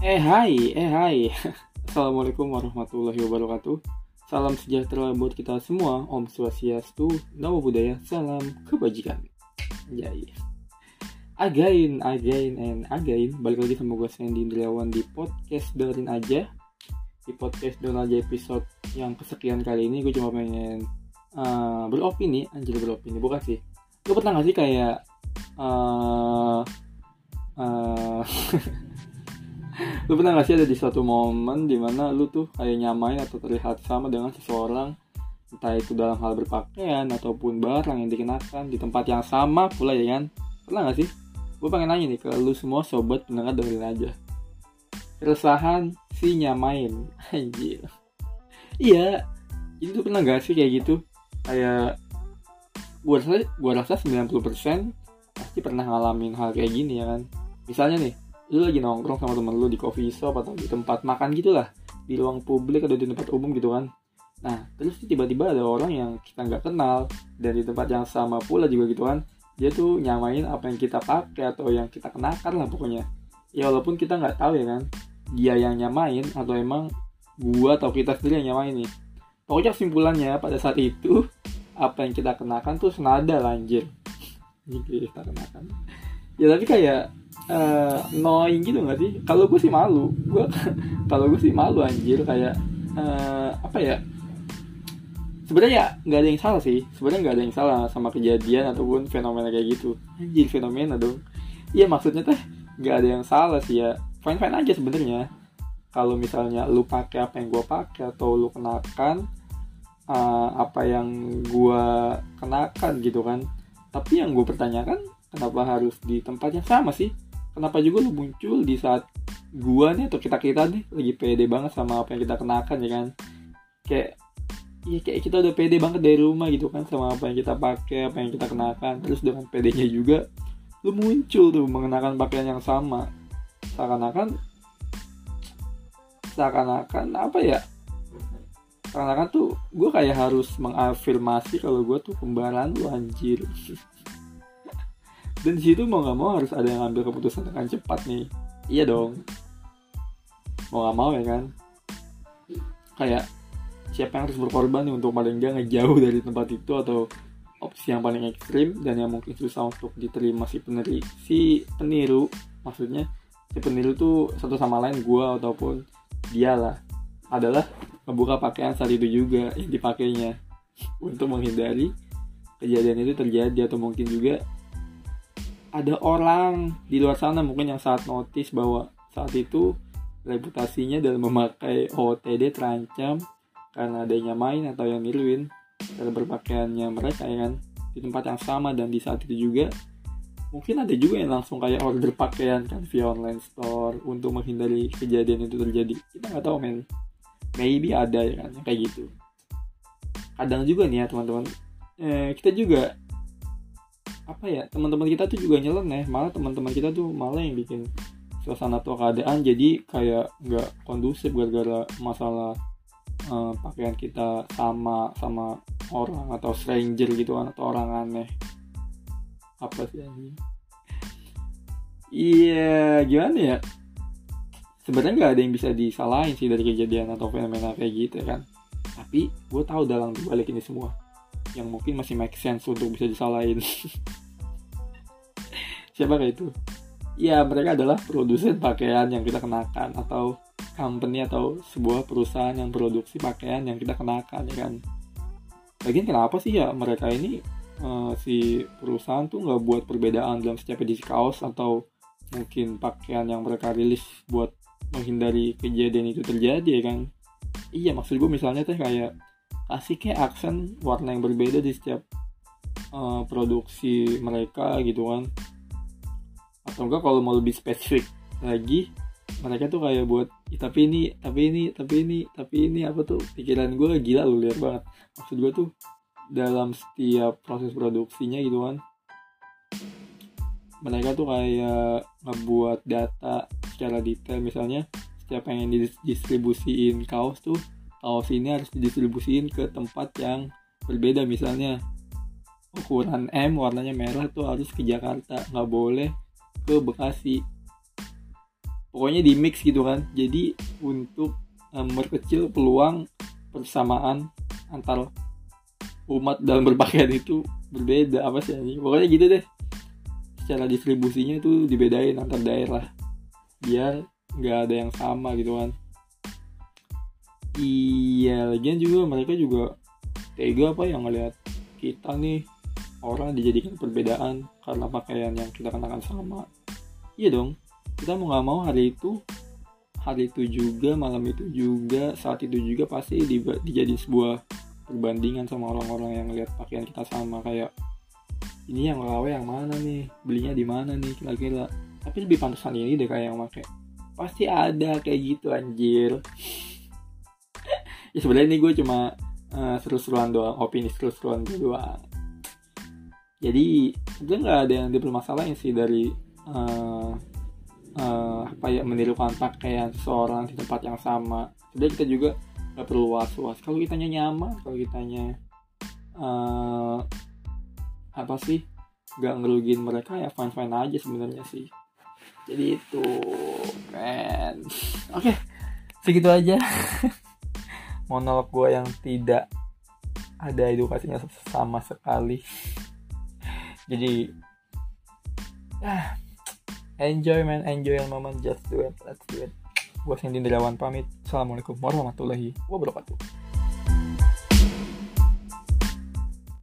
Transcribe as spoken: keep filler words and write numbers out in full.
Eh hai, eh hai. Assalamualaikum warahmatullahi wabarakatuh. Salam sejahtera buat kita semua. Om Swastiastu, Namo Buddhaya, salam kebajikan. Jai. Again, again, and again. Balik lagi sama gue Sandy Indriawan di podcast Dengerin Aja. Di podcast Dengerin Aja episode yang kesekian kali ini gue cuma pengen uh, beropini, anjir beropini, bukan sih. Lu pernah gak sih kayak uh, uh, lu pernah gak sih ada di suatu momen dimana lu tuh kayak nyamain atau terlihat sama dengan seseorang, entah itu dalam hal berpakaian ataupun barang yang dikenakan di tempat yang sama pula, ya kan? Pernah gak sih? Gue pengen nanya nih ke lu semua sobat pendengar Dengerin Aja. Keresahan si nyamain, anjir. Iya, itu pernah gak sih kayak gitu? Kayak gue rasa, gue rasa sembilan puluh persen pasti pernah ngalamin hal kayak gini, ya kan? Misalnya nih, lu lagi nongkrong sama temen lu di coffee shop atau di tempat makan gitulah, di ruang publik atau di tempat umum gitu kan. Nah, terus tiba-tiba ada orang yang kita nggak kenal dan di tempat yang sama pula juga gitu kan. Dia tuh nyamain apa yang kita pakai atau yang kita kenakan lah pokoknya. Ya walaupun kita nggak tahu ya kan, dia yang nyamain atau emang gua atau kita sendiri yang nyamain nih. Pokoknya kesimpulannya pada saat itu apa yang kita kenakan tuh senada lah, anjir. Jadi kita kenakan. Ya tapi kayak Uh, annoying gitu nggak sih? Kalau gue sih malu, gue kalau gue sih malu anjir kayak uh, apa ya? Sebenarnya nggak ada yang salah sih, sebenarnya nggak ada yang salah sama kejadian ataupun fenomena kayak gitu. Anjir fenomena dong. Iya maksudnya teh nggak ada yang salah sih ya, fine fine aja sebenarnya. Kalau misalnya lu pakai apa yang gue pakai atau lu kenakan uh, apa yang gue kenakan gitu kan. Tapi yang gue pertanyakan, kenapa harus di tempat yang sama sih? Kenapa juga lu muncul di saat gua nih atau kita-kita nih lagi pede banget sama apa yang kita kenakan, ya kan? Kayak ya kayak kita udah pede banget dari rumah gitu kan sama apa yang kita pakai, apa yang kita kenakan. Terus dengan pedenya juga lu muncul tuh mengenakan pakaian yang sama. Seakan-akan seakan-akan apa ya? Seakan-akan tuh gua kayak harus mengafirmasi kalau gua tuh kembaran lu, anjir. Dan di situ mau nggak mau harus ada yang ambil keputusan dengan cepat nih. Iya dong. Mau nggak mau ya kan. Kayak siapa yang harus berkorban nih untuk paling nggak ngejauh dari tempat itu, atau opsi yang paling ekstrim dan yang mungkin susah untuk diterima si peneri, si peniru. Maksudnya si peniru tuh satu sama lain gua ataupun dia lah, adalah membuka pakaian saat itu juga yang dipakainya untuk menghindari kejadian itu terjadi. Atau mungkin juga ada orang di luar sana mungkin yang saat notice bahwa saat itu reputasinya dalam memakai O O T D terancam karena ada yang nyamain atau yang niruin cara berpakaiannya mereka, ya kan, di tempat yang sama. Dan di saat itu juga mungkin ada juga yang langsung kayak order pakaian kan via online store untuk menghindari kejadian itu terjadi. Kita nggak tahu, men, maybe ada ya kan yang kayak gitu. Kadang juga nih ya teman-teman, eh, kita juga apa ya, teman-teman kita tuh juga nyeleneh, malah teman-teman kita tuh malah yang bikin suasana atau keadaan jadi kayak nggak kondusif gara-gara masalah uh, pakaian kita sama sama orang atau stranger gitu kan, atau orang aneh. Apa sih ini? Iya, gimana ya? Sebenarnya nggak ada yang bisa disalahin sih dari kejadian atau fenomena kayak gitu kan. Tapi gue tahu dalam dibalik ini semua yang mungkin masih make sense untuk bisa disalahin. Siapa kayak itu? Ya mereka adalah produsen pakaian yang kita kenakan, atau company atau sebuah perusahaan yang produksi pakaian yang kita kenakan, ya kan. Lagian kenapa sih ya mereka ini uh, si perusahaan tuh nggak buat perbedaan dalam setiap edisi kaos atau mungkin pakaian yang mereka rilis buat menghindari kejadian itu terjadi, ya kan. Iya maksud gue misalnya teh kayak kasih kayak aksen warna yang berbeda di setiap uh, produksi mereka gitu kan. Atau enggak kalau mau lebih spesifik lagi, mereka tuh kayak buat tapi ini, tapi ini, tapi ini, tapi ini apa tuh, pikiran gue gila lu lihat banget. Maksud gue tuh dalam setiap proses produksinya gitu kan, mereka tuh kayak ngebuat data secara detail. Misalnya setiap pengen didistribusiin kaos tuh, kaos ini harus didistribusiin ke tempat yang berbeda. Misalnya ukuran M warnanya merah tuh harus ke Jakarta, nggak boleh ke Bekasi. pokoknya di mix gitu kan. Jadi untuk um, memperkecil peluang persamaan antar umat dalam berpakaian itu berbeda apa sih ini, pokoknya gitu deh. Secara distribusinya tuh dibedain antar daerah biar nggak ada yang sama gitu kan. Iya, lagian juga mereka juga tega apa yang ngelihat kita nih orang dijadikan perbedaan karena pakaian yang kita kenakan sama. Iya dong, kita mau nggak mau hari itu hari itu juga malam itu juga saat itu juga pasti di, dijadiin sebuah perbandingan sama orang-orang yang ngelihat pakaian kita sama, kayak ini yang K W yang mana nih, belinya di mana nih kira-kira. Tapi lebih pantesan ini deh kayak yang pakai. Pasti ada kayak gitu anjir. Ya sebenarnya ini gue cuma uh, seru-seruan doang, opini seru-seruan gue doang. Jadi sebenarnya nggak ada yang dipermasalahin sih dari uh, uh, apa ya menirukan pakaian seseorang di tempat yang sama. Sebenarnya kita juga nggak perlu was-was. Kalau kitanya nyaman, kalau kitanya uh, apa sih nggak ngerugiin mereka ya fine-fine aja sebenarnya sih. Jadi itu men. Oke, segitu aja. Monolog gue yang tidak ada edukasinya sama sekali. Jadi ah, enjoy man, enjoy yang moment, just do it, let's do it. Gue Sindi Dirawan pamit. Assalamualaikum warahmatullahi wabarakatuh.